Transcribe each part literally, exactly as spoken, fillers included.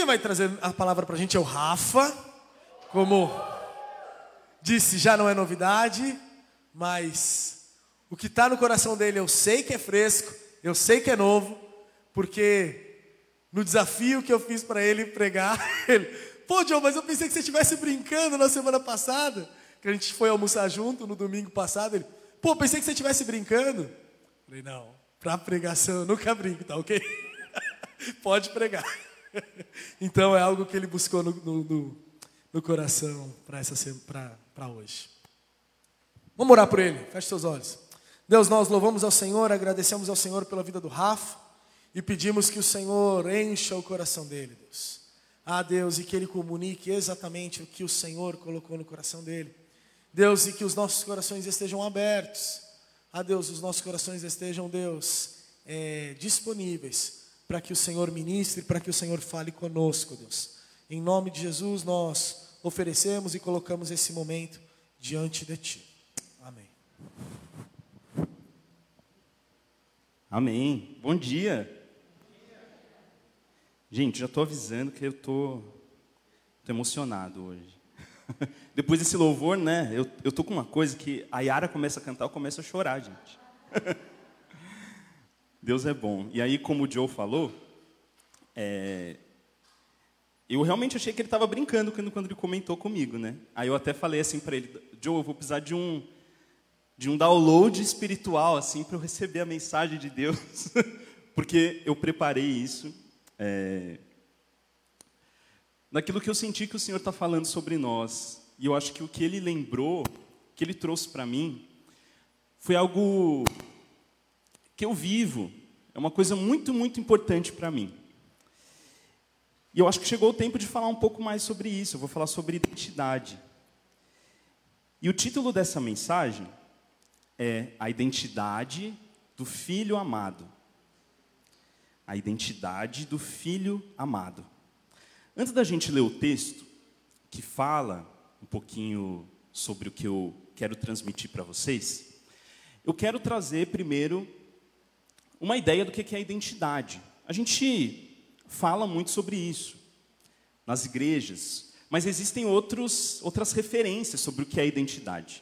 vai trazer a palavra para a gente é o Rafa. Como disse, já não é novidade, mas o que está no coração dele eu sei que é fresco, eu sei que é novo, porque no desafio que eu fiz para ele pregar, ele, pô, John, mas eu pensei que você estivesse brincando na semana passada, que a gente foi almoçar junto no domingo passado, ele, pô, pensei que você estivesse brincando. Falei, não, para pregação eu nunca brinco, tá ok? Pode pregar. Então é algo que ele buscou no, no, no, no coração para hoje. Vamos orar por ele, feche seus olhos. Deus, nós louvamos ao Senhor, agradecemos ao Senhor pela vida do Rafa e pedimos que o Senhor encha o coração dele, Deus. Ah, Deus, e que ele comunique exatamente o que o Senhor colocou no coração dele. Deus, e que os nossos corações estejam abertos. Ah, Deus, os nossos corações estejam, Deus, é, disponíveis para que o Senhor ministre, para que o Senhor fale conosco, Deus. Em nome de Jesus, nós oferecemos e colocamos esse momento diante de Ti. Amém. Amém. Bom dia. Gente, já estou avisando que eu estou emocionado hoje. Depois desse louvor, né, eu estou com uma coisa que a Yara começa a cantar, eu começo a chorar, gente. Deus é bom. E aí, como o Joe falou, é, eu realmente achei que ele estava brincando quando, quando ele comentou comigo, né? Aí eu até falei assim para ele, Joe, eu vou precisar de um, de um download espiritual, assim, para eu receber a mensagem de Deus. Porque eu preparei isso é, naquilo que eu senti que o Senhor está falando sobre nós. E eu acho que o que ele lembrou, que ele trouxe para mim, foi algo que eu vivo, é uma coisa muito, muito importante para mim. E eu acho que chegou o tempo de falar um pouco mais sobre isso, eu vou falar sobre identidade. E o título dessa mensagem é A Identidade do Filho Amado. A Identidade do Filho Amado. Antes da gente ler o texto, que fala um pouquinho sobre o que eu quero transmitir para vocês, eu quero trazer primeiro uma ideia do que é a identidade. A gente fala muito sobre isso nas igrejas, mas existem outros, outras referências sobre o que é identidade.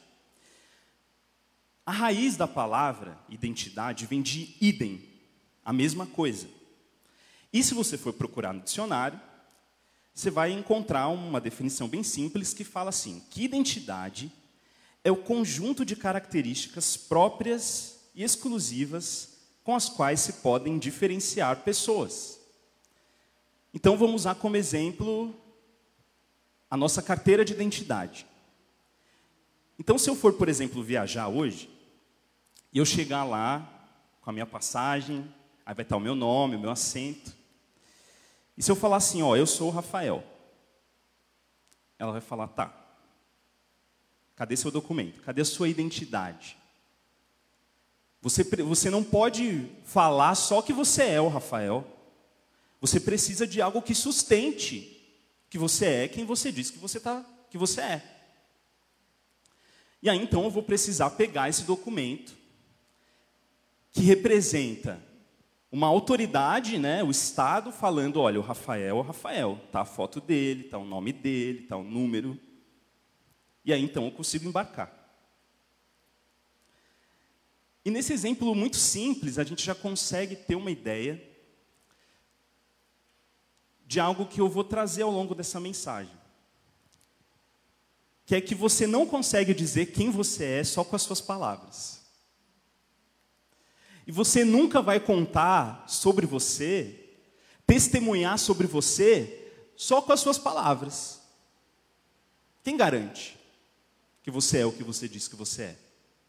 A raiz da palavra identidade vem de idem, a mesma coisa. E se você for procurar no dicionário, você vai encontrar uma definição bem simples que fala assim, que identidade é o conjunto de características próprias e exclusivas com as quais se podem diferenciar pessoas. Então, vamos usar como exemplo a nossa carteira de identidade. Então, se eu for, por exemplo, viajar hoje, e eu chegar lá com a minha passagem, aí vai estar o meu nome, o meu assento. E se eu falar assim, ó, eu sou o Rafael, ela vai falar, tá, cadê seu documento? Cadê a sua identidade? Você, você não pode falar só que você é o Rafael. Você precisa de algo que sustente que você é quem você diz que você, tá, que você é. E aí, então, eu vou precisar pegar esse documento que representa uma autoridade, né, o Estado, falando, olha, o Rafael é o Rafael. Está a foto dele, está o nome dele, está o número. E aí, então, eu consigo embarcar. E nesse exemplo muito simples, a gente já consegue ter uma ideia de algo que eu vou trazer ao longo dessa mensagem. Que é que você não consegue dizer quem você é só com as suas palavras. E você nunca vai contar sobre você, testemunhar sobre você, só com as suas palavras. Quem garante que você é o que você diz que você é?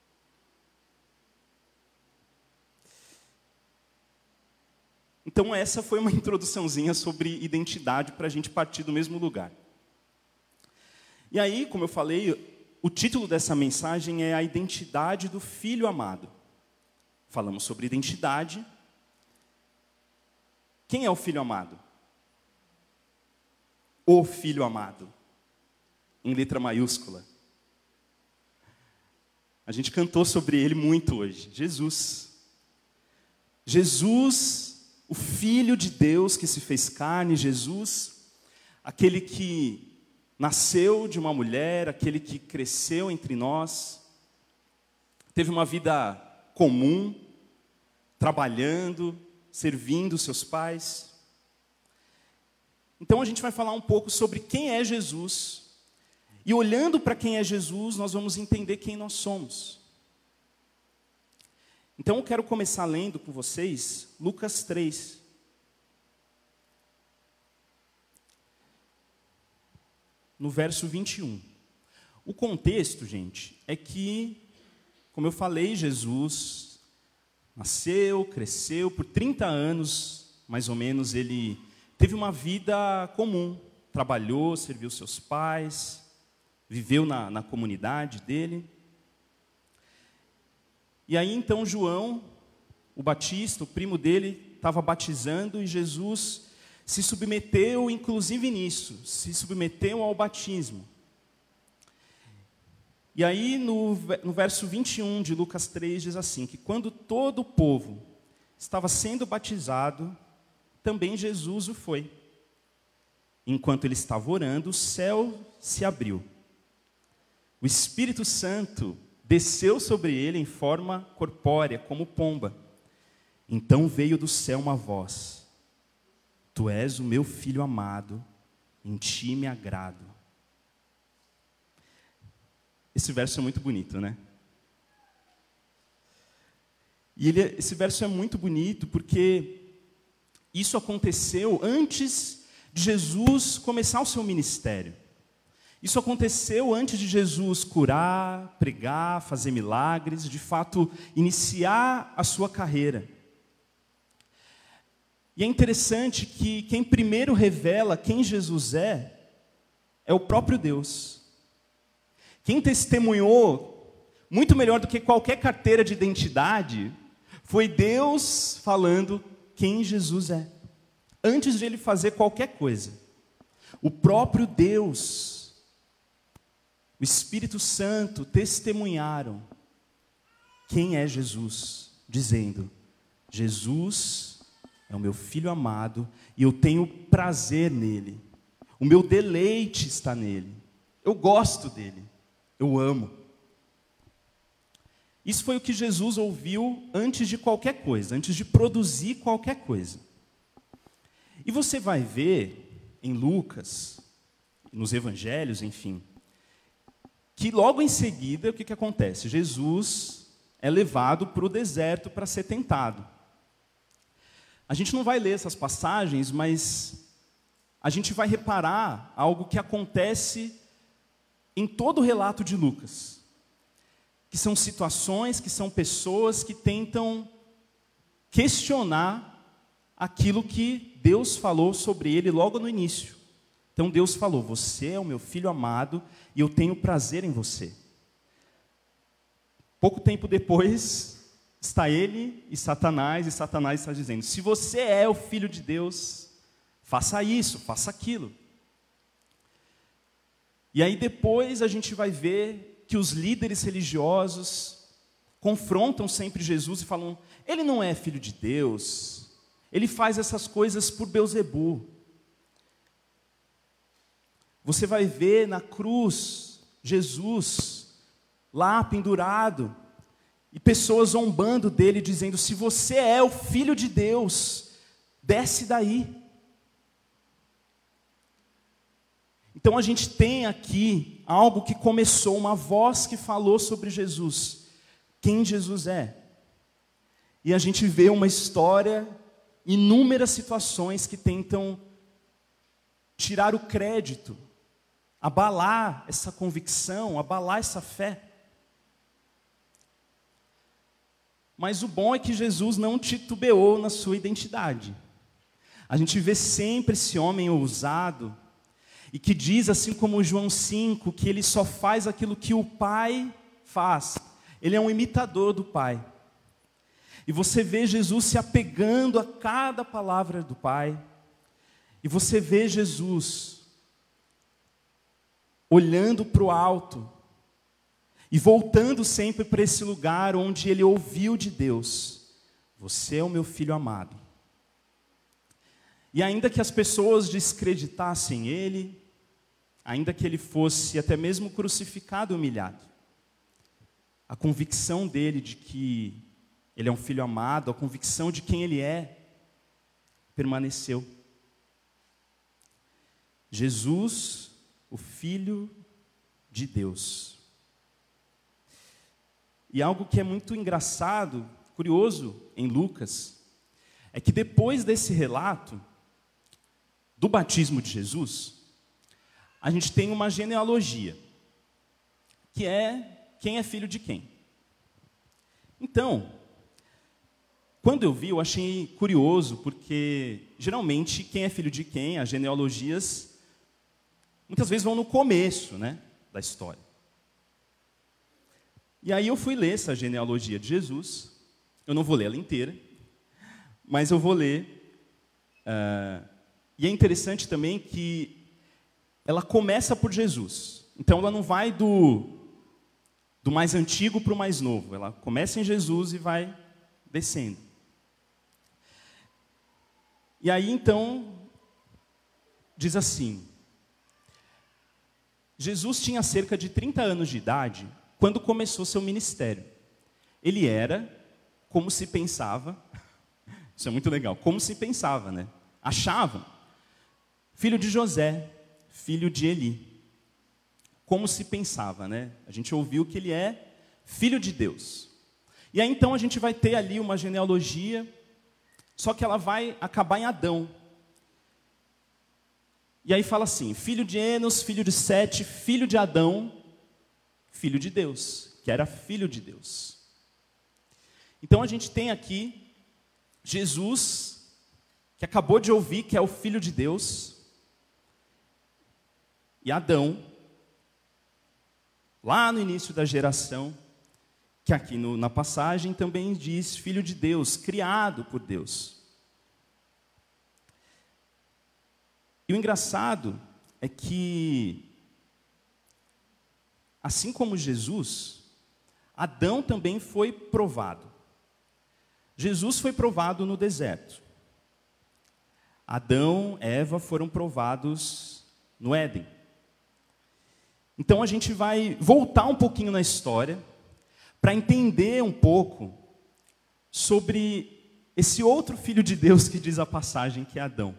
Então essa foi uma introduçãozinha sobre identidade para a gente partir do mesmo lugar. E aí, como eu falei, o título dessa mensagem é A Identidade do Filho Amado. Falamos sobre identidade. Quem é o Filho Amado? O Filho Amado, em letra maiúscula. A gente cantou sobre ele muito hoje. Jesus. Jesus, o Filho de Deus que se fez carne, Jesus, aquele que nasceu de uma mulher, aquele que cresceu entre nós, teve uma vida comum, trabalhando, servindo seus pais. Então a gente vai falar um pouco sobre quem é Jesus, e olhando para quem é Jesus, nós vamos entender quem nós somos. Então eu quero começar lendo com vocês Lucas três. No verso vinte e um. O contexto, gente, é que, como eu falei, Jesus nasceu, cresceu, por trinta anos, mais ou menos, ele teve uma vida comum. Trabalhou, serviu seus pais, viveu na, na comunidade dele. E aí, então, João, o Batista, o primo dele, estava batizando e Jesus se submeteu, inclusive nisso, se submeteu ao batismo. E aí, no, no verso vinte e um de Lucas três, diz assim, que quando todo o povo estava sendo batizado, também Jesus o foi. Enquanto ele estava orando, o céu se abriu. O Espírito Santo desceu sobre ele em forma corpórea, como pomba. Então veio do céu uma voz: Tu és o meu filho amado, em ti me agrado. Esse verso é muito bonito, né? E ele, esse verso é muito bonito porque isso aconteceu antes de Jesus começar o seu ministério. Isso aconteceu antes de Jesus curar, pregar, fazer milagres, de fato, iniciar a sua carreira. E é interessante que quem primeiro revela quem Jesus é, é o próprio Deus. Quem testemunhou, muito melhor do que qualquer carteira de identidade, foi Deus falando quem Jesus é, antes de ele fazer qualquer coisa. O próprio Deus, o Espírito Santo testemunharam quem é Jesus, dizendo: Jesus é o meu filho amado e eu tenho prazer nele. O meu deleite está nele. Eu gosto dele. Eu amo. Isso foi o que Jesus ouviu antes de qualquer coisa, antes de produzir qualquer coisa. E você vai ver em Lucas, nos evangelhos, enfim, que logo em seguida, o que, que acontece? Jesus é levado para o deserto para ser tentado. A gente não vai ler essas passagens, mas a gente vai reparar algo que acontece em todo o relato de Lucas. Que são situações, que são pessoas que tentam questionar aquilo que Deus falou sobre ele logo no início. Então Deus falou: você é o meu filho amado e eu tenho prazer em você. Pouco tempo depois, está ele e Satanás, e Satanás está dizendo: se você é o filho de Deus, faça isso, faça aquilo. E aí depois a gente vai ver que os líderes religiosos confrontam sempre Jesus e falam: ele não é filho de Deus, ele faz essas coisas por Belzebu. Você vai ver na cruz Jesus lá pendurado e pessoas zombando dele, dizendo: se você é o filho de Deus, desce daí. Então a gente tem aqui algo que começou, uma voz que falou sobre Jesus, quem Jesus é. E a gente vê uma história, inúmeras situações que tentam tirar o crédito, abalar essa convicção, abalar essa fé. Mas o bom é que Jesus não titubeou na sua identidade. A gente vê sempre esse homem ousado, e que diz, assim como João cinco, que ele só faz aquilo que o Pai faz. Ele é um imitador do Pai. E você vê Jesus se apegando a cada palavra do Pai. E você vê Jesus olhando para o alto e voltando sempre para esse lugar onde ele ouviu de Deus: você é o meu filho amado. E ainda que as pessoas descreditassem ele, ainda que ele fosse até mesmo crucificado e humilhado, a convicção dele de que ele é um filho amado, a convicção de quem ele é, permaneceu. Jesus, o Filho de Deus. E algo que é muito engraçado, curioso em Lucas, é que depois desse relato do batismo de Jesus, a gente tem uma genealogia, que é quem é filho de quem. Então, quando eu vi, eu achei curioso, porque geralmente quem é filho de quem, as genealogias, muitas vezes vão no começo, né, da história. E aí eu fui ler essa genealogia de Jesus. Eu não vou ler ela inteira, mas eu vou ler. Uh, e é interessante também que ela começa por Jesus. Então ela não vai do, do mais antigo para o mais novo. Ela começa em Jesus e vai descendo. E aí então, diz assim: Jesus tinha cerca de trinta anos de idade quando começou seu ministério. Ele era, como se pensava, isso é muito legal, como se pensava, né? Achavam, filho de José, filho de Eli. Como se pensava, né? A gente ouviu que ele é filho de Deus. E aí então a gente vai ter ali uma genealogia, só que ela vai acabar em Adão. E aí fala assim: filho de Enos, filho de Sete, filho de Adão, filho de Deus, que era filho de Deus. Então a gente tem aqui Jesus, que acabou de ouvir que é o filho de Deus, e Adão, lá no início da geração, que aqui no, na passagem também diz filho de Deus, criado por Deus. E o engraçado é que, assim como Jesus, Adão também foi provado. Jesus foi provado no deserto. Adão e Eva foram provados no Éden. Então a gente vai voltar um pouquinho na história para entender um pouco sobre esse outro filho de Deus que diz a passagem, que é Adão.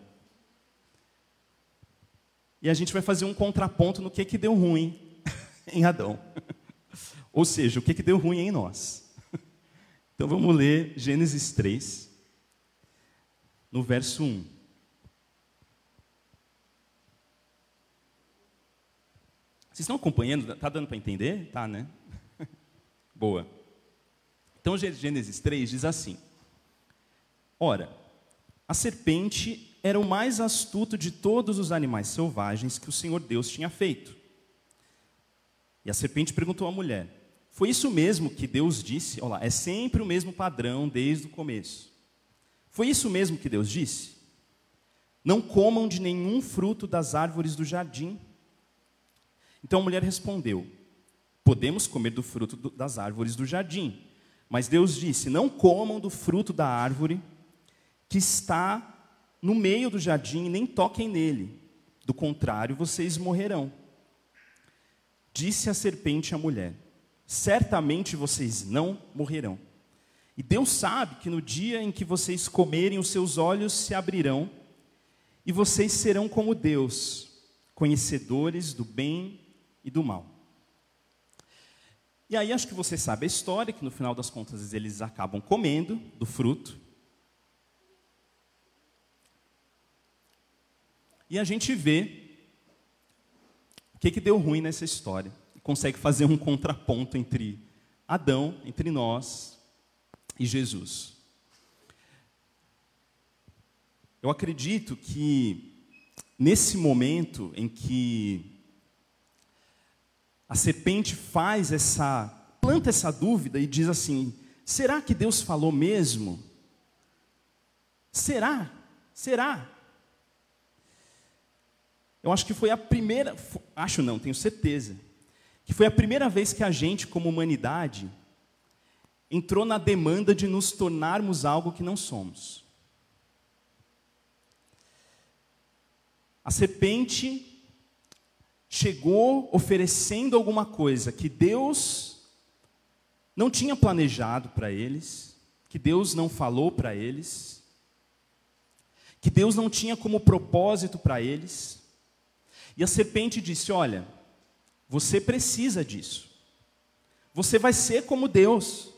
E a gente vai fazer um contraponto no que que deu ruim em Adão. Ou seja, o que que deu ruim em nós. Então vamos ler Gênesis três, no verso um. Vocês estão acompanhando? Está dando para entender? Tá, né? Boa. Então Gênesis três diz assim: ora, a serpente era o mais astuto de todos os animais selvagens que o Senhor Deus tinha feito. E a serpente perguntou à mulher: foi isso mesmo que Deus disse? Olha lá, é sempre o mesmo padrão desde o começo. Foi isso mesmo que Deus disse? Não comam de nenhum fruto das árvores do jardim. Então a mulher respondeu: podemos comer do fruto do, das árvores do jardim. Mas Deus disse: não comam do fruto da árvore que está no meio do jardim, nem toquem nele. Do contrário, vocês morrerão. Disse a serpente à mulher: certamente vocês não morrerão. E Deus sabe que no dia em que vocês comerem, os seus olhos se abrirão, e vocês serão como Deus, conhecedores do bem e do mal. E aí acho que você sabe a história, que no final das contas eles acabam comendo do fruto. E a gente vê o que que deu ruim nessa história. Consegue fazer um contraponto entre Adão, entre nós e Jesus. Eu acredito que nesse momento em que a serpente faz essa, planta essa dúvida e diz assim: será que Deus falou mesmo? Será? Será? Eu acho que foi a primeira, acho não, tenho certeza, que foi a primeira vez que a gente, como humanidade, entrou na demanda de nos tornarmos algo que não somos. A serpente chegou oferecendo alguma coisa que Deus não tinha planejado para eles, que Deus não falou para eles, que Deus não tinha como propósito para eles. E a serpente disse: olha, você precisa disso. Você vai ser como Deus.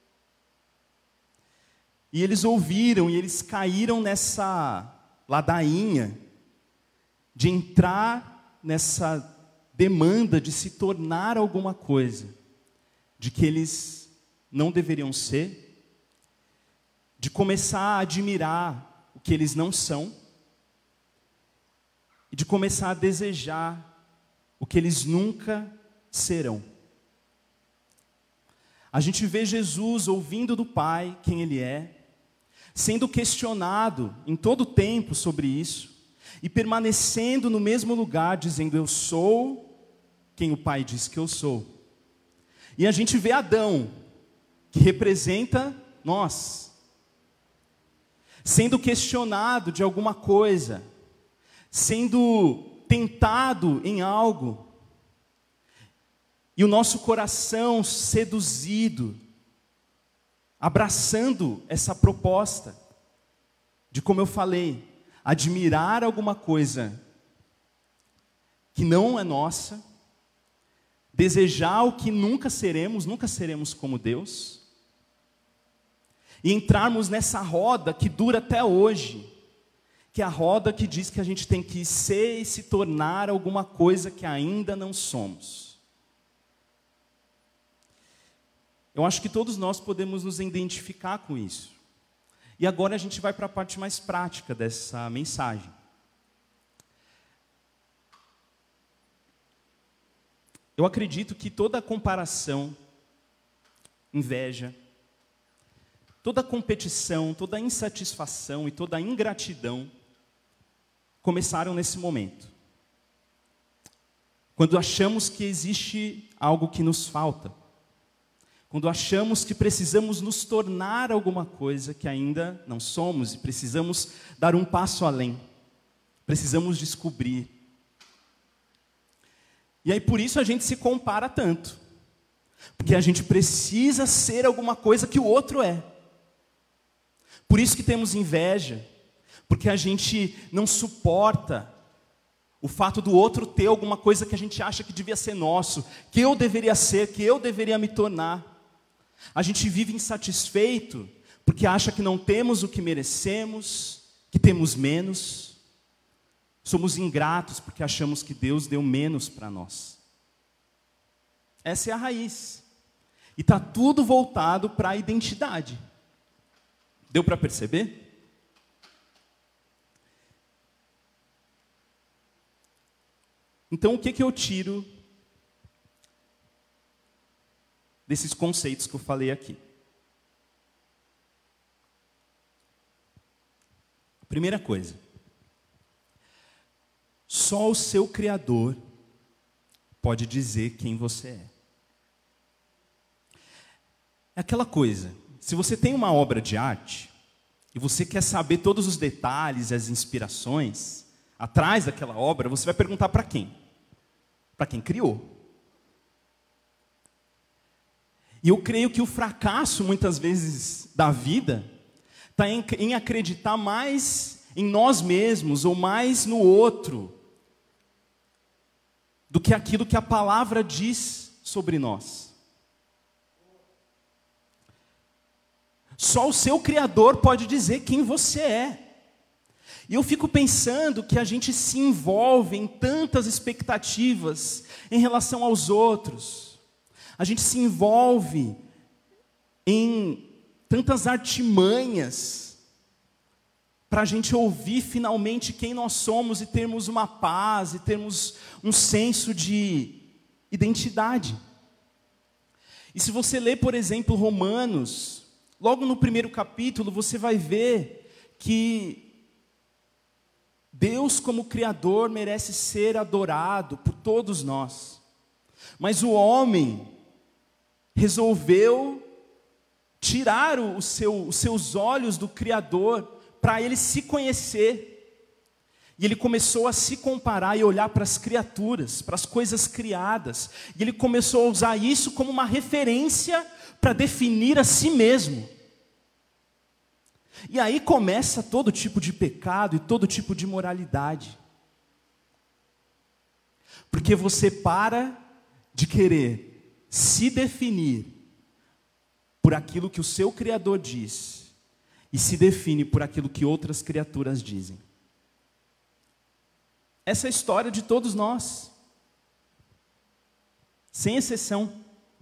E eles ouviram e eles caíram nessa ladainha de entrar nessa demanda de se tornar alguma coisa, de que eles não deveriam ser, de começar a admirar o que eles não são, e de começar a desejar o que eles nunca serão. A gente vê Jesus ouvindo do Pai quem Ele é, sendo questionado em todo o tempo sobre isso, e permanecendo no mesmo lugar, dizendo: eu sou quem o Pai diz que eu sou. E a gente vê Adão, que representa nós, sendo questionado de alguma coisa, sendo tentado em algo, e o nosso coração seduzido, abraçando essa proposta de, como eu falei, admirar alguma coisa que não é nossa, desejar o que nunca seremos, nunca seremos como Deus, e entrarmos nessa roda que dura até hoje, que é a roda que diz que a gente tem que ser e se tornar alguma coisa que ainda não somos. Eu acho que todos nós podemos nos identificar com isso. E agora a gente vai para a parte mais prática dessa mensagem. Eu acredito que toda comparação, inveja, toda competição, toda insatisfação e toda ingratidão começaram nesse momento. Quando achamos que existe algo que nos falta. Quando achamos que precisamos nos tornar alguma coisa que ainda não somos e precisamos dar um passo além. Precisamos descobrir. E aí por isso a gente se compara tanto. Porque a gente precisa ser alguma coisa que o outro é. Por isso que temos inveja. Porque a gente não suporta o fato do outro ter alguma coisa que a gente acha que devia ser nosso, que eu deveria ser, que eu deveria me tornar. A gente vive insatisfeito porque acha que não temos o que merecemos, que temos menos. Somos ingratos porque achamos que Deus deu menos para nós. Essa é a raiz. E está tudo voltado para a identidade. Deu para perceber? Então, o que, que eu tiro desses conceitos que eu falei aqui? Primeira coisa, só o seu Criador pode dizer quem você é. É aquela coisa, se você tem uma obra de arte, e você quer saber todos os detalhes, as inspirações atrás daquela obra, você vai perguntar para quem? Para quem criou. E eu creio que o fracasso, muitas vezes, da vida, está em, em acreditar mais em nós mesmos, ou mais no outro, do que aquilo que a palavra diz sobre nós. Só o seu Criador pode dizer quem você é. E eu fico pensando que a gente se envolve em tantas expectativas em relação aos outros. A gente se envolve em tantas artimanhas para a gente ouvir finalmente quem nós somos e termos uma paz, e termos um senso de identidade. E se você ler, por exemplo, Romanos, logo no primeiro capítulo, você vai ver que Deus, como Criador, merece ser adorado por todos nós. Mas o homem resolveu tirar o seu, os seus olhos do Criador para ele se conhecer. E ele começou a se comparar e olhar para as criaturas, para as coisas criadas. E ele começou a usar isso como uma referência para definir a si mesmo. E aí começa todo tipo de pecado e todo tipo de imoralidade. Porque você para de querer se definir por aquilo que o seu Criador diz e se define por aquilo que outras criaturas dizem. Essa é a história de todos nós, sem exceção.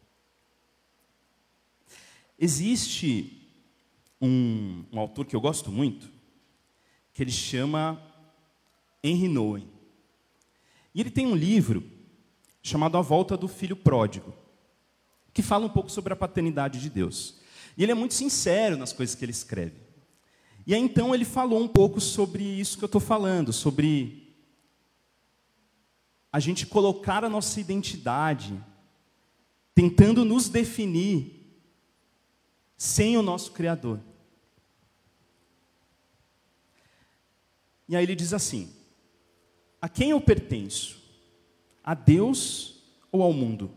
Existe um, um autor que eu gosto muito, que ele chama Henry Nouwen. E ele tem um livro chamado A Volta do Filho Pródigo, que fala um pouco sobre a paternidade de Deus. E ele é muito sincero nas coisas que ele escreve. E aí então ele falou um pouco sobre isso que eu estou falando, sobre a gente colocar a nossa identidade, tentando nos definir sem o nosso Criador. E aí ele diz assim: a quem eu pertenço? A Deus ou ao mundo?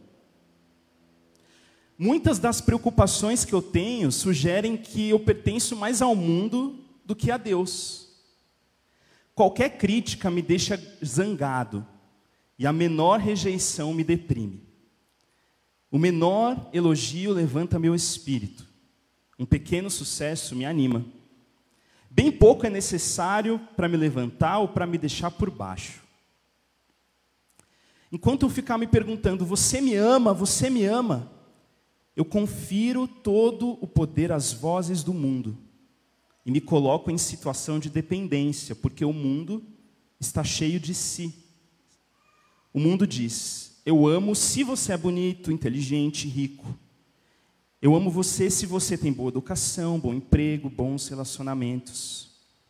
Muitas das preocupações que eu tenho sugerem que eu pertenço mais ao mundo do que a Deus. Qualquer crítica me deixa zangado e a menor rejeição me deprime. O menor elogio levanta meu espírito. Um pequeno sucesso me anima. Bem pouco é necessário para me levantar ou para me deixar por baixo. Enquanto eu ficar me perguntando, você me ama, você me ama, eu confiro todo o poder às vozes do mundo e me coloco em situação de dependência, porque o mundo está cheio de si. O mundo diz: eu amo se você é bonito, inteligente, rico. Eu amo você se você tem boa educação, bom emprego, bons relacionamentos.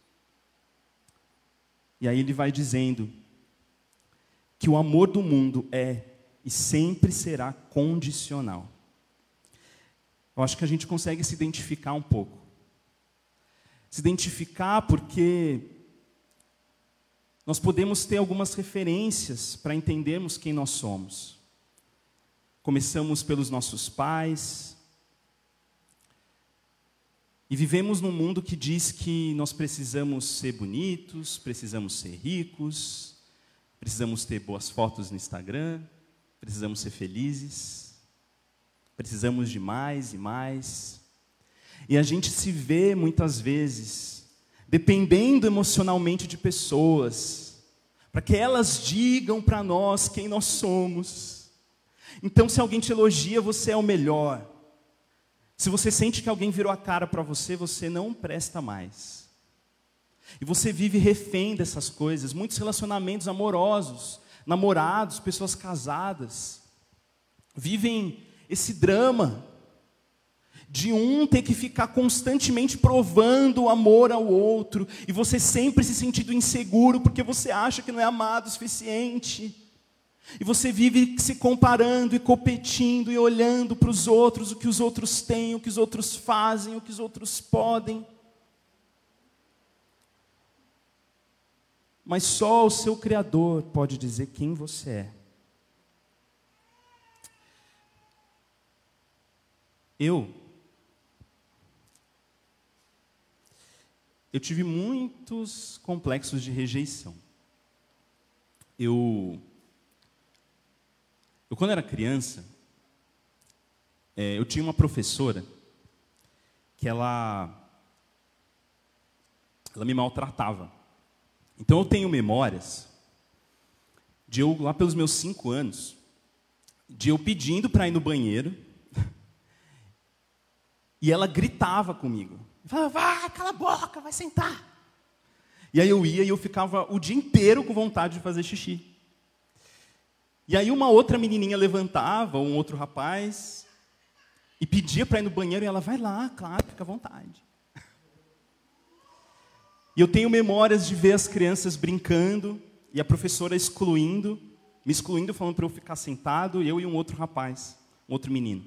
E aí ele vai dizendo que o amor do mundo é e sempre será condicional. Eu acho que a gente consegue se identificar um pouco. Se identificar porque nós podemos ter algumas referências para entendermos quem nós somos. Começamos pelos nossos pais. E vivemos num mundo que diz que nós precisamos ser bonitos, precisamos ser ricos, precisamos ter boas fotos no Instagram, precisamos ser felizes, precisamos de mais e mais. E a gente se vê muitas vezes dependendo emocionalmente de pessoas, para que elas digam para nós quem nós somos. Então, se alguém te elogia, você é o melhor. Se você sente que alguém virou a cara para você, você não presta mais. E você vive refém dessas coisas. Muitos relacionamentos amorosos, namorados, pessoas casadas, vivem esse drama de um ter que ficar constantemente provando o amor ao outro, e você sempre se sentindo inseguro, porque você acha que não é amado o suficiente. E você vive se comparando e competindo e olhando para os outros, o que os outros têm, o que os outros fazem, o que os outros podem. Mas só o seu Criador pode dizer quem você é. Eu, eu tive muitos complexos de rejeição. Eu... Eu, quando era criança, é, eu tinha uma professora que ela, ela me maltratava. Então eu tenho memórias de eu, lá pelos meus cinco anos, de eu pedindo para ir no banheiro, e ela gritava comigo. Falava: vai, cala a boca, vai sentar. E aí eu ia e eu ficava o dia inteiro com vontade de fazer xixi. E aí uma outra menininha levantava, ou um outro rapaz, e pedia para ir no banheiro, e ela: vai lá, claro, fica à vontade. E eu tenho memórias de ver as crianças brincando, e a professora excluindo, me excluindo, falando para eu ficar sentado, eu e um outro rapaz, um outro menino.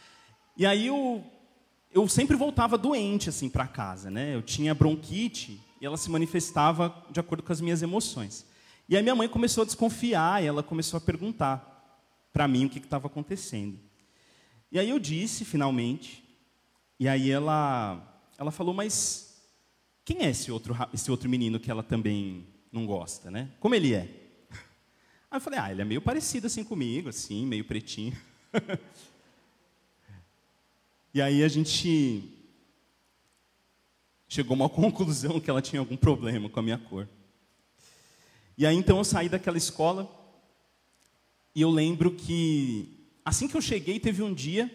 E aí eu, eu sempre voltava doente assim para casa, né? Eu tinha bronquite, e ela se manifestava de acordo com as minhas emoções. E aí minha mãe começou a desconfiar, e ela começou a perguntar para mim o que estava acontecendo. E aí eu disse, finalmente, e aí ela, ela falou, mas quem é esse outro, esse outro menino que ela também não gosta, né? Como ele é? Aí eu falei, ah, ele é meio parecido assim comigo, assim, meio pretinho. E aí a gente chegou a uma conclusão que ela tinha algum problema com a minha cor. E aí então eu saí daquela escola e eu lembro que assim que eu cheguei teve um dia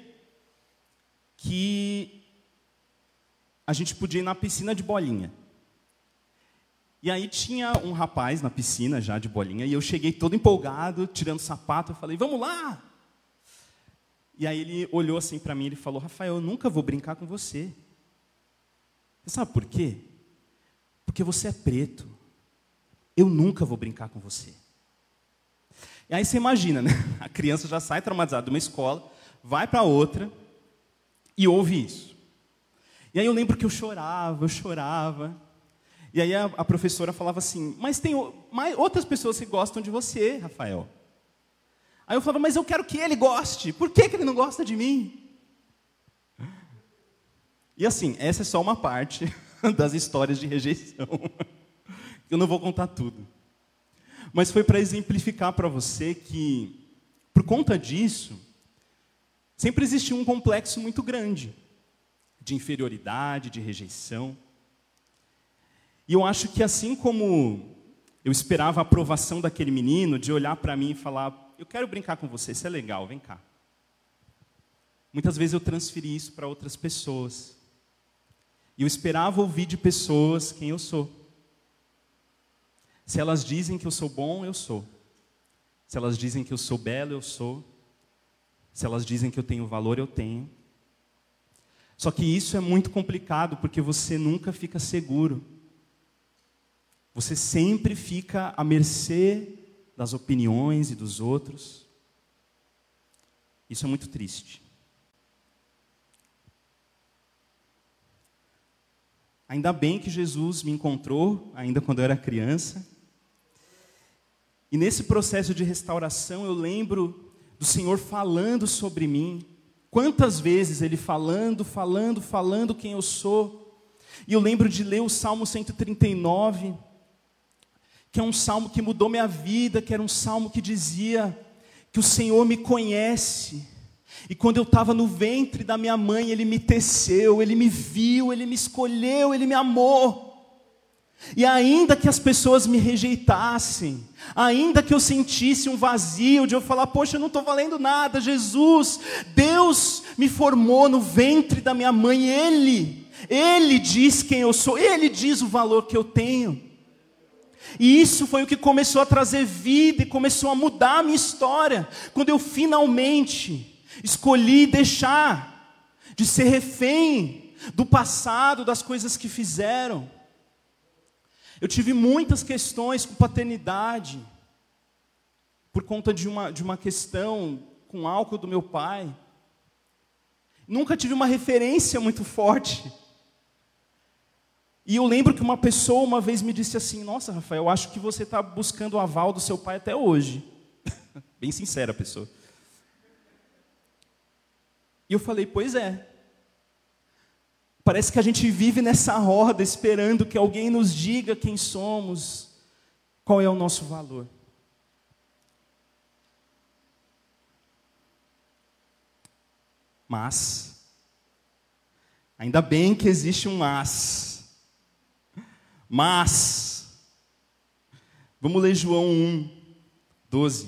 que a gente podia ir na piscina de bolinha. E aí tinha um rapaz na piscina já de bolinha e eu cheguei todo empolgado, tirando sapato, eu falei, vamos lá! E aí ele olhou assim para mim e ele falou, Rafael, eu nunca vou brincar com você. Você sabe por quê? Porque você é preto. Eu nunca vou brincar com você. E aí você imagina, né? A criança já sai traumatizada de uma escola, vai para outra e ouve isso. E aí eu lembro que eu chorava, eu chorava. E aí a, a professora falava assim, mas tem mais, outras pessoas que gostam de você, Rafael. Aí eu falava, mas eu quero que ele goste. Por que, que ele não gosta de mim? E assim, essa é só uma parte das histórias de rejeição. Eu não vou contar tudo. Mas foi para exemplificar para você que, por conta disso, sempre existiu um complexo muito grande de inferioridade, de rejeição. E eu acho que assim como eu esperava a aprovação daquele menino, de olhar para mim e falar, eu quero brincar com você, isso é legal, vem cá. Muitas vezes eu transferi isso para outras pessoas. E eu esperava ouvir de pessoas quem eu sou. Se elas dizem que eu sou bom, eu sou. Se elas dizem que eu sou belo, eu sou. Se elas dizem que eu tenho valor, eu tenho. Só que isso é muito complicado, porque você nunca fica seguro. Você sempre fica à mercê das opiniões e dos outros. Isso é muito triste. Ainda bem que Jesus me encontrou, ainda quando eu era criança. E nesse processo de restauração, eu lembro do Senhor falando sobre mim. Quantas vezes Ele falando, falando, falando quem eu sou. E eu lembro de ler o Salmo cento e trinta e nove, que é um salmo que mudou minha vida, que era um salmo que dizia que o Senhor me conhece. E quando eu estava no ventre da minha mãe, Ele me teceu, Ele me viu, Ele me escolheu, Ele me amou. E ainda que as pessoas me rejeitassem, ainda que eu sentisse um vazio de eu falar, poxa, eu não estou valendo nada, Jesus, Deus me formou no ventre da minha mãe, Ele, Ele diz quem eu sou, Ele diz o valor que eu tenho. E isso foi o que começou a trazer vida e começou a mudar a minha história, quando eu finalmente escolhi deixar de ser refém do passado, das coisas que fizeram. Eu tive muitas questões com paternidade, por conta de uma, de uma questão com álcool do meu pai. Nunca tive uma referência muito forte. E eu lembro que uma pessoa uma vez me disse assim, nossa, Rafael, eu acho que você está buscando o aval do seu pai até hoje. Bem sincera a pessoa. E eu falei, pois é. Parece que a gente vive nessa roda esperando que alguém nos diga quem somos, qual é o nosso valor. Mas, ainda bem que existe um mas. Mas, vamos ler João um, doze.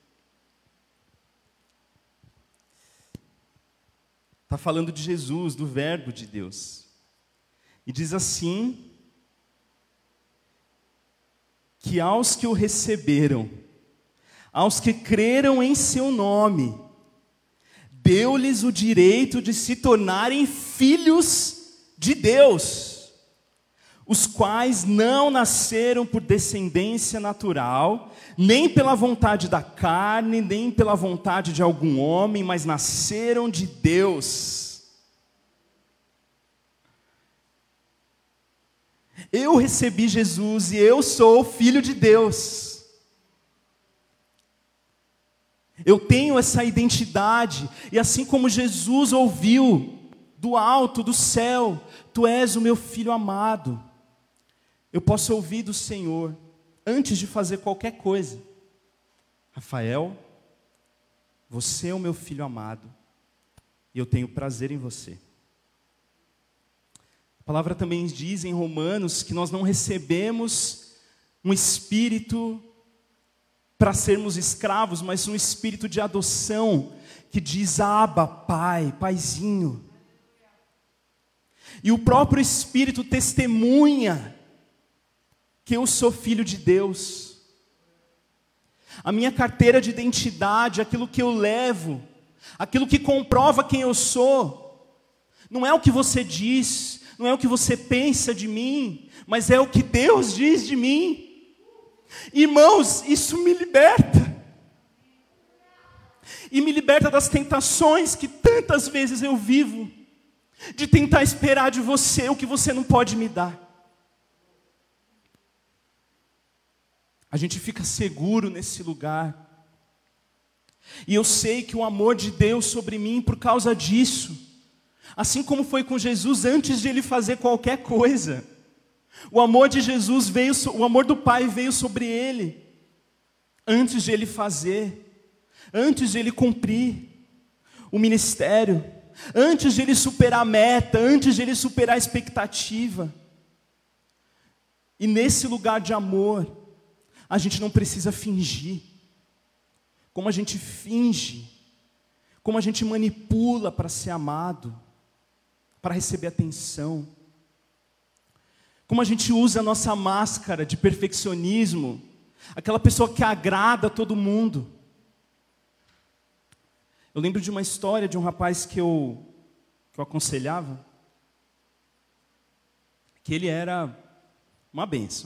Está falando de Jesus, do Verbo de Deus. E diz assim, que aos que o receberam, aos que creram em seu nome, deu-lhes o direito de se tornarem filhos de Deus, os quais não nasceram por descendência natural, nem pela vontade da carne, nem pela vontade de algum homem, mas nasceram de Deus. Eu recebi Jesus e eu sou filho de Deus. Eu tenho essa identidade, e assim como Jesus ouviu do alto, do céu, tu és o meu filho amado, eu posso ouvir do Senhor, antes de fazer qualquer coisa: Rafael, você é o meu filho amado, e eu tenho prazer em você. A palavra também diz em Romanos que nós não recebemos um espírito para sermos escravos, mas um espírito de adoção, que diz: Abba, Pai, Paizinho. E o próprio Espírito testemunha que eu sou filho de Deus. A minha carteira de identidade, aquilo que eu levo, aquilo que comprova quem eu sou, não é o que você diz, não é o que você pensa de mim, mas é o que Deus diz de mim. Irmãos, isso me liberta. E me liberta das tentações que tantas vezes eu vivo, de tentar esperar de você o que você não pode me dar. A gente fica seguro nesse lugar. E eu sei que o amor de Deus sobre mim, por causa disso, assim como foi com Jesus antes de ele fazer qualquer coisa, o amor de Jesus veio, o amor do Pai veio sobre ele, antes de ele fazer, antes de ele cumprir o ministério, antes de ele superar a meta, antes de ele superar a expectativa. E nesse lugar de amor, a gente não precisa fingir. Como a gente finge, como a gente manipula para ser amado, para receber atenção, como a gente usa a nossa máscara de perfeccionismo, aquela pessoa que agrada a todo mundo. Eu lembro de uma história de um rapaz que eu, que eu aconselhava, que ele era uma bênção.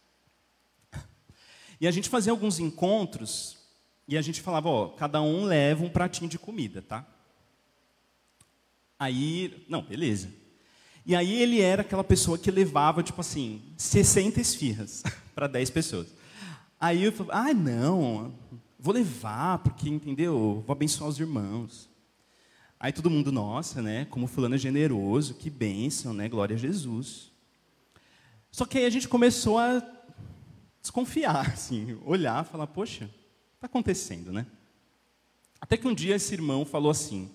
E a gente fazia alguns encontros, e a gente falava, ó, cada um leva um pratinho de comida, tá? Aí, não, beleza. E aí ele era aquela pessoa que levava, tipo assim, sessenta esfirras para dez pessoas. Aí eu falei, ah, não, vou levar, porque, entendeu, vou abençoar os irmãos. Aí todo mundo, nossa, né, como fulano é generoso, que bênção, né, glória a Jesus. Só que aí a gente começou a desconfiar, assim, olhar, falar, poxa, o que está acontecendo, né? Até que um dia esse irmão falou assim,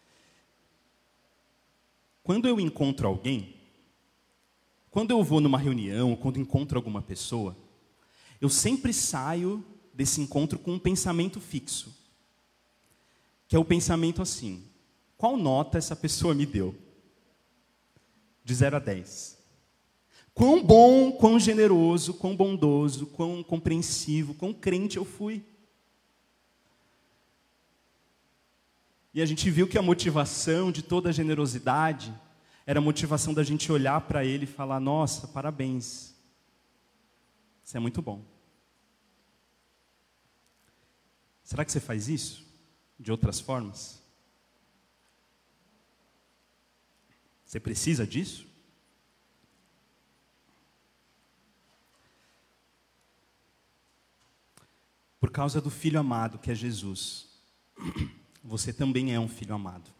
quando eu encontro alguém, quando eu vou numa reunião, quando encontro alguma pessoa, eu sempre saio desse encontro com um pensamento fixo, que é o pensamento assim, qual nota essa pessoa me deu? De zero a dez. Quão bom, quão generoso, quão bondoso, quão compreensivo, quão crente eu fui. E a gente viu que a motivação de toda a generosidade era a motivação da gente olhar para ele e falar, nossa, parabéns. Isso é muito bom. Será que você faz isso de outras formas? Você precisa disso? Por causa do Filho amado, que é Jesus, você também é um filho amado.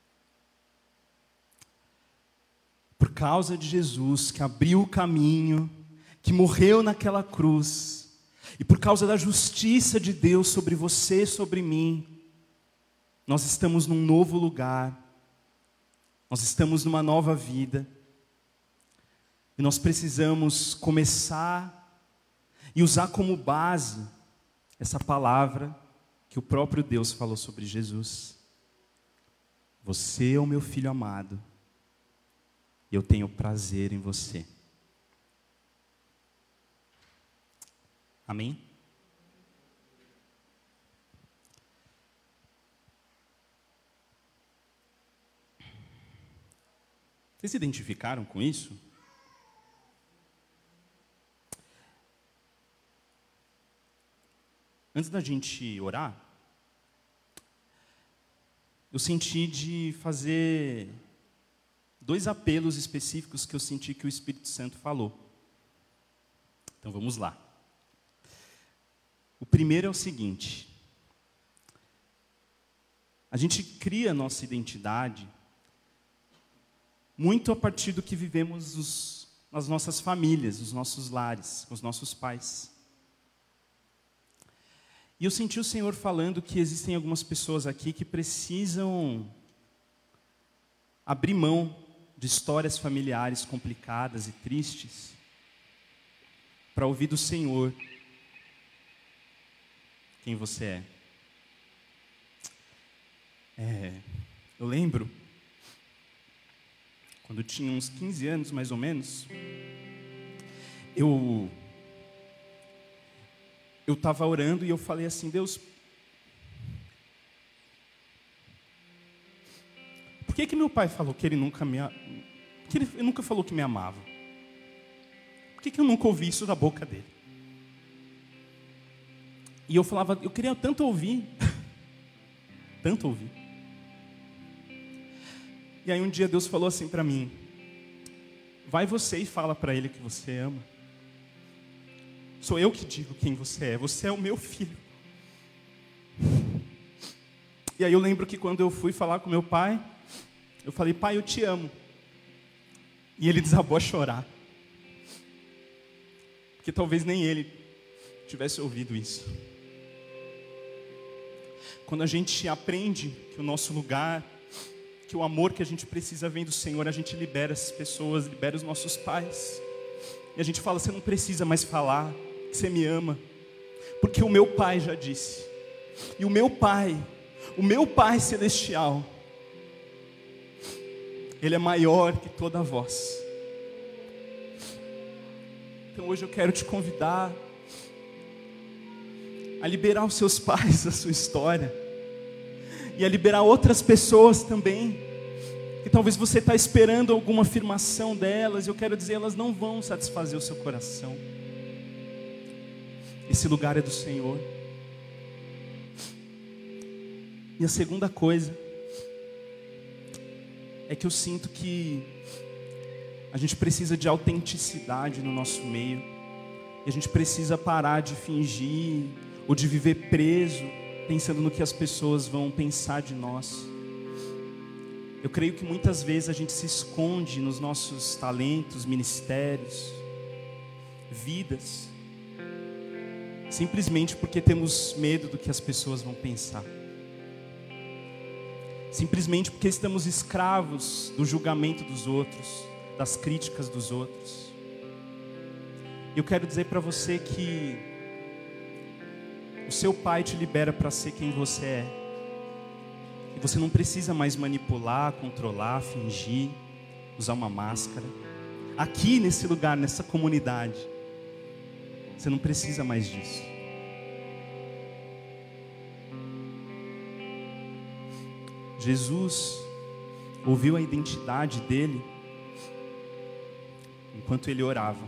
Por causa de Jesus, que abriu o caminho, que morreu naquela cruz, e por causa da justiça de Deus sobre você, sobre mim, nós estamos num novo lugar, nós estamos numa nova vida, e nós precisamos começar e usar como base essa palavra que o próprio Deus falou sobre Jesus. Você é o meu filho amado, e eu tenho prazer em você. Amém? Vocês se identificaram com isso? Antes da gente orar, eu senti de fazer dois apelos específicos que eu senti que o Espírito Santo falou. Então vamos lá. O primeiro é o seguinte: a gente cria a nossa identidade muito a partir do que vivemos os, nas nossas famílias, nos nossos lares, com os nossos pais. E eu senti o Senhor falando que existem algumas pessoas aqui que precisam abrir mão de histórias familiares complicadas e tristes para ouvir do Senhor quem você é. É, eu lembro, quando eu tinha uns quinze anos, mais ou menos, eu eu estava orando e eu falei assim: Deus, por que que meu pai falou que ele nunca me, que ele nunca falou que me amava? Por que que eu nunca ouvi isso da boca dele? E eu falava, eu queria tanto ouvir, tanto ouvir. E aí um dia Deus falou assim para mim: vai você e fala para ele que você ama. Sou eu que digo quem você é, você é o meu filho. E aí eu lembro que quando eu fui falar com meu pai, eu falei: pai, eu te amo. E ele desabou a chorar. Porque talvez nem ele tivesse ouvido isso. Quando a gente aprende que o nosso lugar, que o amor que a gente precisa vem do Senhor, a gente libera essas pessoas, libera os nossos pais. E a gente fala: você não precisa mais falar que você me ama, porque o meu pai já disse. E o meu pai, o meu pai celestial, ele é maior que toda a voz. Então hoje eu quero te convidar a liberar os seus pais, a sua história, e a liberar outras pessoas também, que talvez você está esperando alguma afirmação delas. Eu quero dizer, elas não vão satisfazer o seu coração. Esse lugar é do Senhor. E a segunda coisa é que eu sinto que a gente precisa de autenticidade no nosso meio, e a gente precisa parar de fingir ou de viver preso pensando no que as pessoas vão pensar de nós. Eu creio que muitas vezes a gente se esconde nos nossos talentos, ministérios, vidas, simplesmente porque temos medo do que as pessoas vão pensar. Simplesmente porque estamos escravos do julgamento dos outros, das críticas dos outros. Eu quero dizer para você que o seu pai te libera para ser quem você é. E você não precisa mais manipular, controlar, fingir, usar uma máscara. Aqui nesse lugar, nessa comunidade, você não precisa mais disso. Jesus ouviu a identidade dele enquanto ele orava.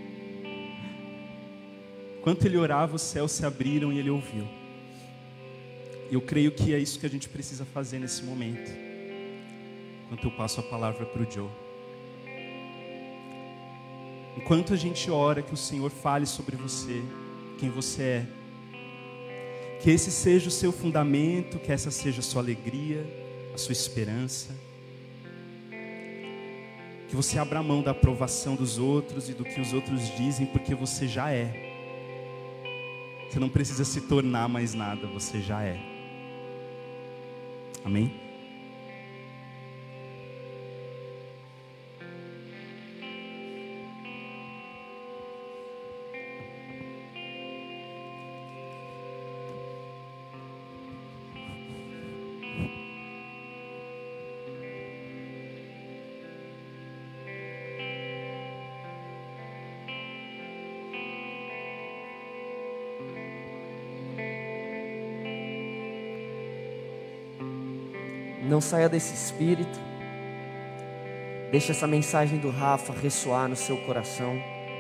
Enquanto ele orava, os céus se abriram e ele ouviu. E eu creio que é isso que a gente precisa fazer nesse momento, enquanto eu passo a palavra para o Joe. Enquanto a gente ora, que o Senhor fale sobre você, quem você é. Que esse seja o seu fundamento, que essa seja a sua alegria, a sua esperança. Que você abra a mão da aprovação dos outros e do que os outros dizem, porque você já é. Você não precisa se tornar mais nada, você já é. Amém? Não saia desse espírito. Deixa essa mensagem do Rafa ressoar no seu coração.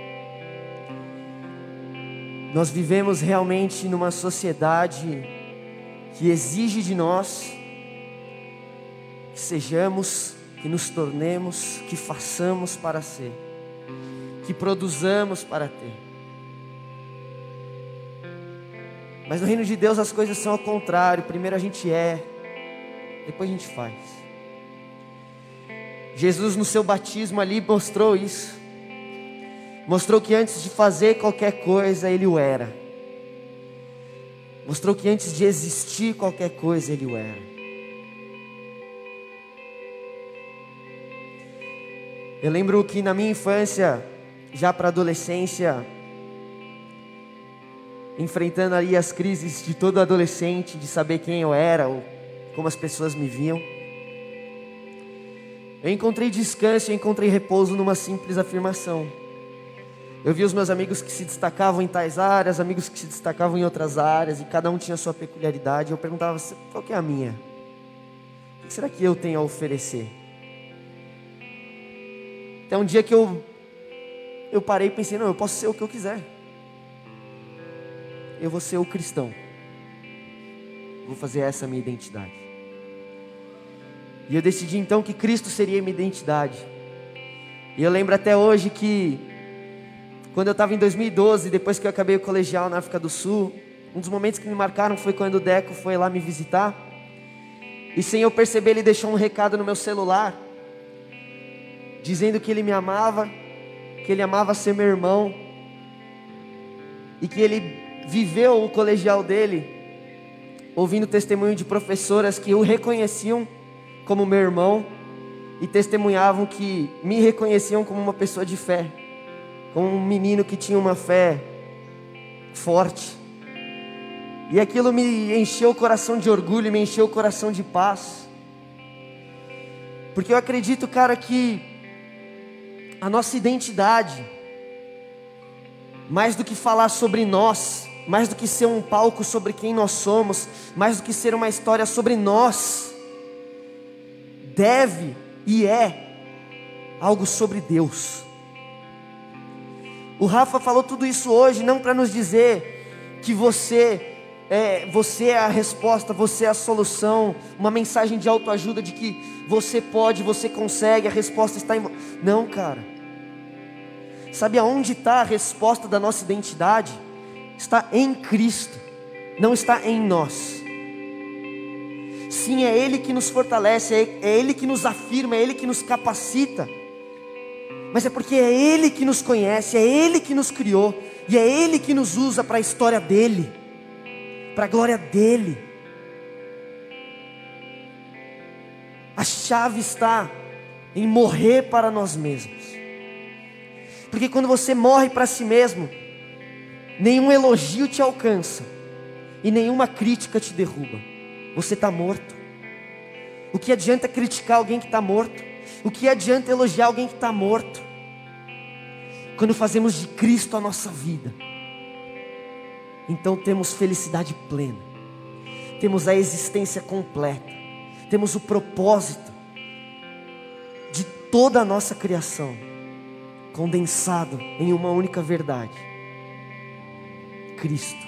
Nós vivemos realmente numa sociedade que exige de nós que sejamos, que nos tornemos, que façamos para ser, que produzamos para ter. Mas no reino de Deus as coisas são ao contrário. Primeiro a gente é, depois a gente faz. Jesus no seu batismo ali mostrou isso. Mostrou que antes de fazer qualquer coisa Ele o era. Mostrou que antes de existir qualquer coisa Ele o era. Eu lembro que na minha infância, já para adolescência, enfrentando ali as crises de todo adolescente, de saber quem eu era, ou como as pessoas me viam, eu encontrei descanso, eu encontrei repouso numa simples afirmação. Eu vi os meus amigos que se destacavam em tais áreas, amigos que se destacavam em outras áreas, e cada um tinha a sua peculiaridade. Eu perguntava, qual que é a minha? O que será que eu tenho a oferecer? Até um dia que eu, eu parei e pensei, não, eu posso ser o que eu quiser. Eu vou ser o cristão. Vou fazer essa a minha identidade. E eu decidi então que Cristo seria a minha identidade. E eu lembro até hoje que, quando eu estava em dois mil e doze, depois que eu acabei o colegial na África do Sul, um dos momentos que me marcaram foi quando o Deco foi lá me visitar. E sem eu perceber, ele deixou um recado no meu celular, dizendo que ele me amava, que ele amava ser meu irmão, e que ele viveu o colegial dele, ouvindo testemunho de professoras que o reconheciam como meu irmão, e testemunhavam que me reconheciam como uma pessoa de fé, como um menino que tinha uma fé forte. E aquilo me encheu o coração de orgulho, me encheu o coração de paz. Porque eu acredito, cara, que a nossa identidade, mais do que falar sobre nós, mais do que ser um palco sobre quem nós somos, mais do que ser uma história sobre nós, deve e é algo sobre Deus. O Rafa falou tudo isso hoje, não para nos dizer que você é, você é a resposta, você é a solução, uma mensagem de autoajuda de que você pode, você consegue, a resposta está em... Não, cara. Sabe aonde está a resposta da nossa identidade? Está em Cristo, não está em nós. Sim, é Ele que nos fortalece, é Ele que nos afirma, é Ele que nos capacita. Mas é porque é Ele que nos conhece, é Ele que nos criou, e é Ele que nos usa para a história dEle, para a glória dEle. A chave está em morrer para nós mesmos. Porque quando você morre para si mesmo, nenhum elogio te alcança e nenhuma crítica te derruba. Você está morto. O que adianta criticar alguém que está morto? O que adianta elogiar alguém que está morto? Quando fazemos de Cristo a nossa vida, então temos felicidade plena, temos a existência completa, temos o propósito de toda a nossa criação condensado em uma única verdade: Cristo.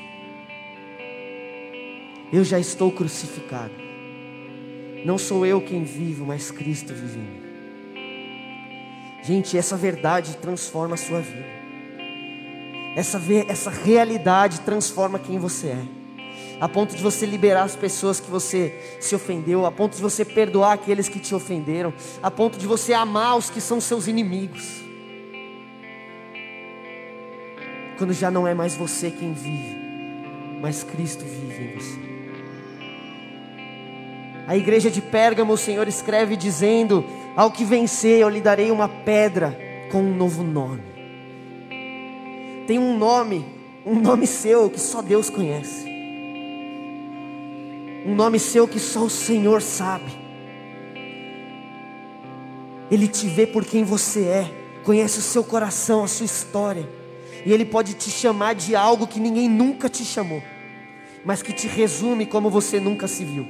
Eu já estou crucificado. Não sou eu quem vivo, mas Cristo vive em mim. Gente, essa verdade transforma a sua vida. Essa, essa realidade transforma quem você é. A ponto de você liberar as pessoas que você se ofendeu. A ponto de você perdoar aqueles que te ofenderam. A ponto de você amar os que são seus inimigos. Quando já não é mais você quem vive, mas Cristo vive em você. A igreja de Pérgamo, o Senhor escreve dizendo: ao que vencer eu lhe darei uma pedra com um novo nome. Tem um nome, um nome seu que só Deus conhece. Um nome seu que só o Senhor sabe. Ele te vê por quem você é, conhece o seu coração, a sua história. E Ele pode te chamar de algo que ninguém nunca te chamou, mas que te resume como você nunca se viu.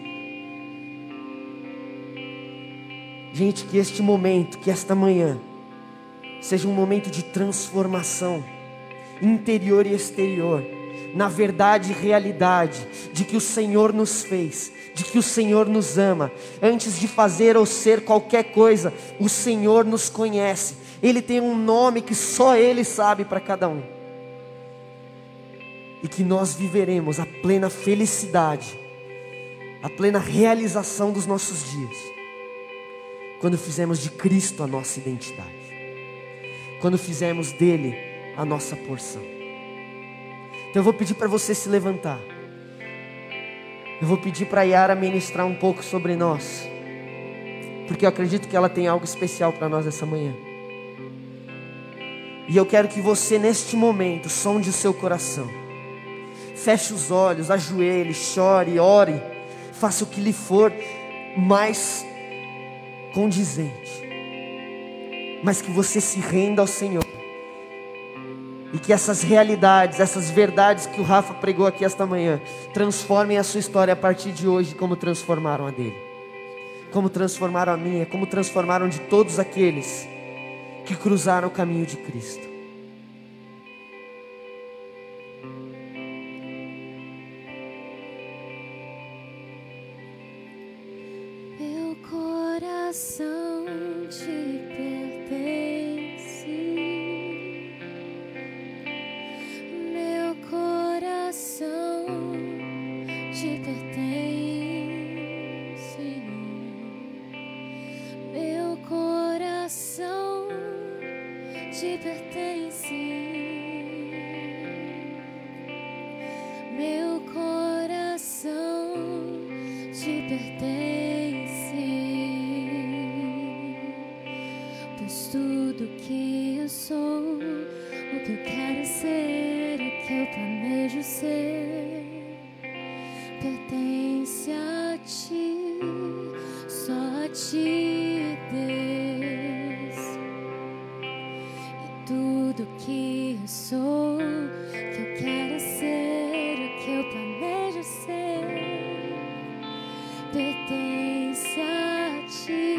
Gente, que este momento, que esta manhã seja um momento de transformação interior e exterior, na verdade e realidade de que o Senhor nos fez, de que o Senhor nos ama. Antes de fazer ou ser qualquer coisa, o Senhor nos conhece. Ele tem um nome que só Ele sabe para cada um. e que nós viveremos a plena felicidade, a plena realização dos nossos dias, quando fizermos de Cristo a nossa identidade, quando fizermos dele a nossa porção. Então eu vou pedir para você se levantar. Eu vou pedir para a Yara ministrar um pouco sobre nós, porque eu acredito que ela tem algo especial para nós essa manhã. E eu quero que você neste momento sonde o seu coração, feche os olhos, ajoelhe, chore, ore, faça o que lhe for mais condizente, mas que você se renda ao Senhor, e que essas realidades, essas verdades que o Rafa pregou aqui esta manhã, transformem a sua história a partir de hoje, como transformaram a dele, como transformaram a minha, como transformaram de todos aqueles que cruzaram o caminho de Cristo. Meu coração te pertence, meu coração te pertence, meu coração te pertence, meu coração te pertence, pois tudo que eu sou, o que eu quero ser, o que eu planejo ser, pertence a ti, só a ti, Deus. Tudo que eu sou, que eu quero ser, o que eu planejo ser, pertence a ti.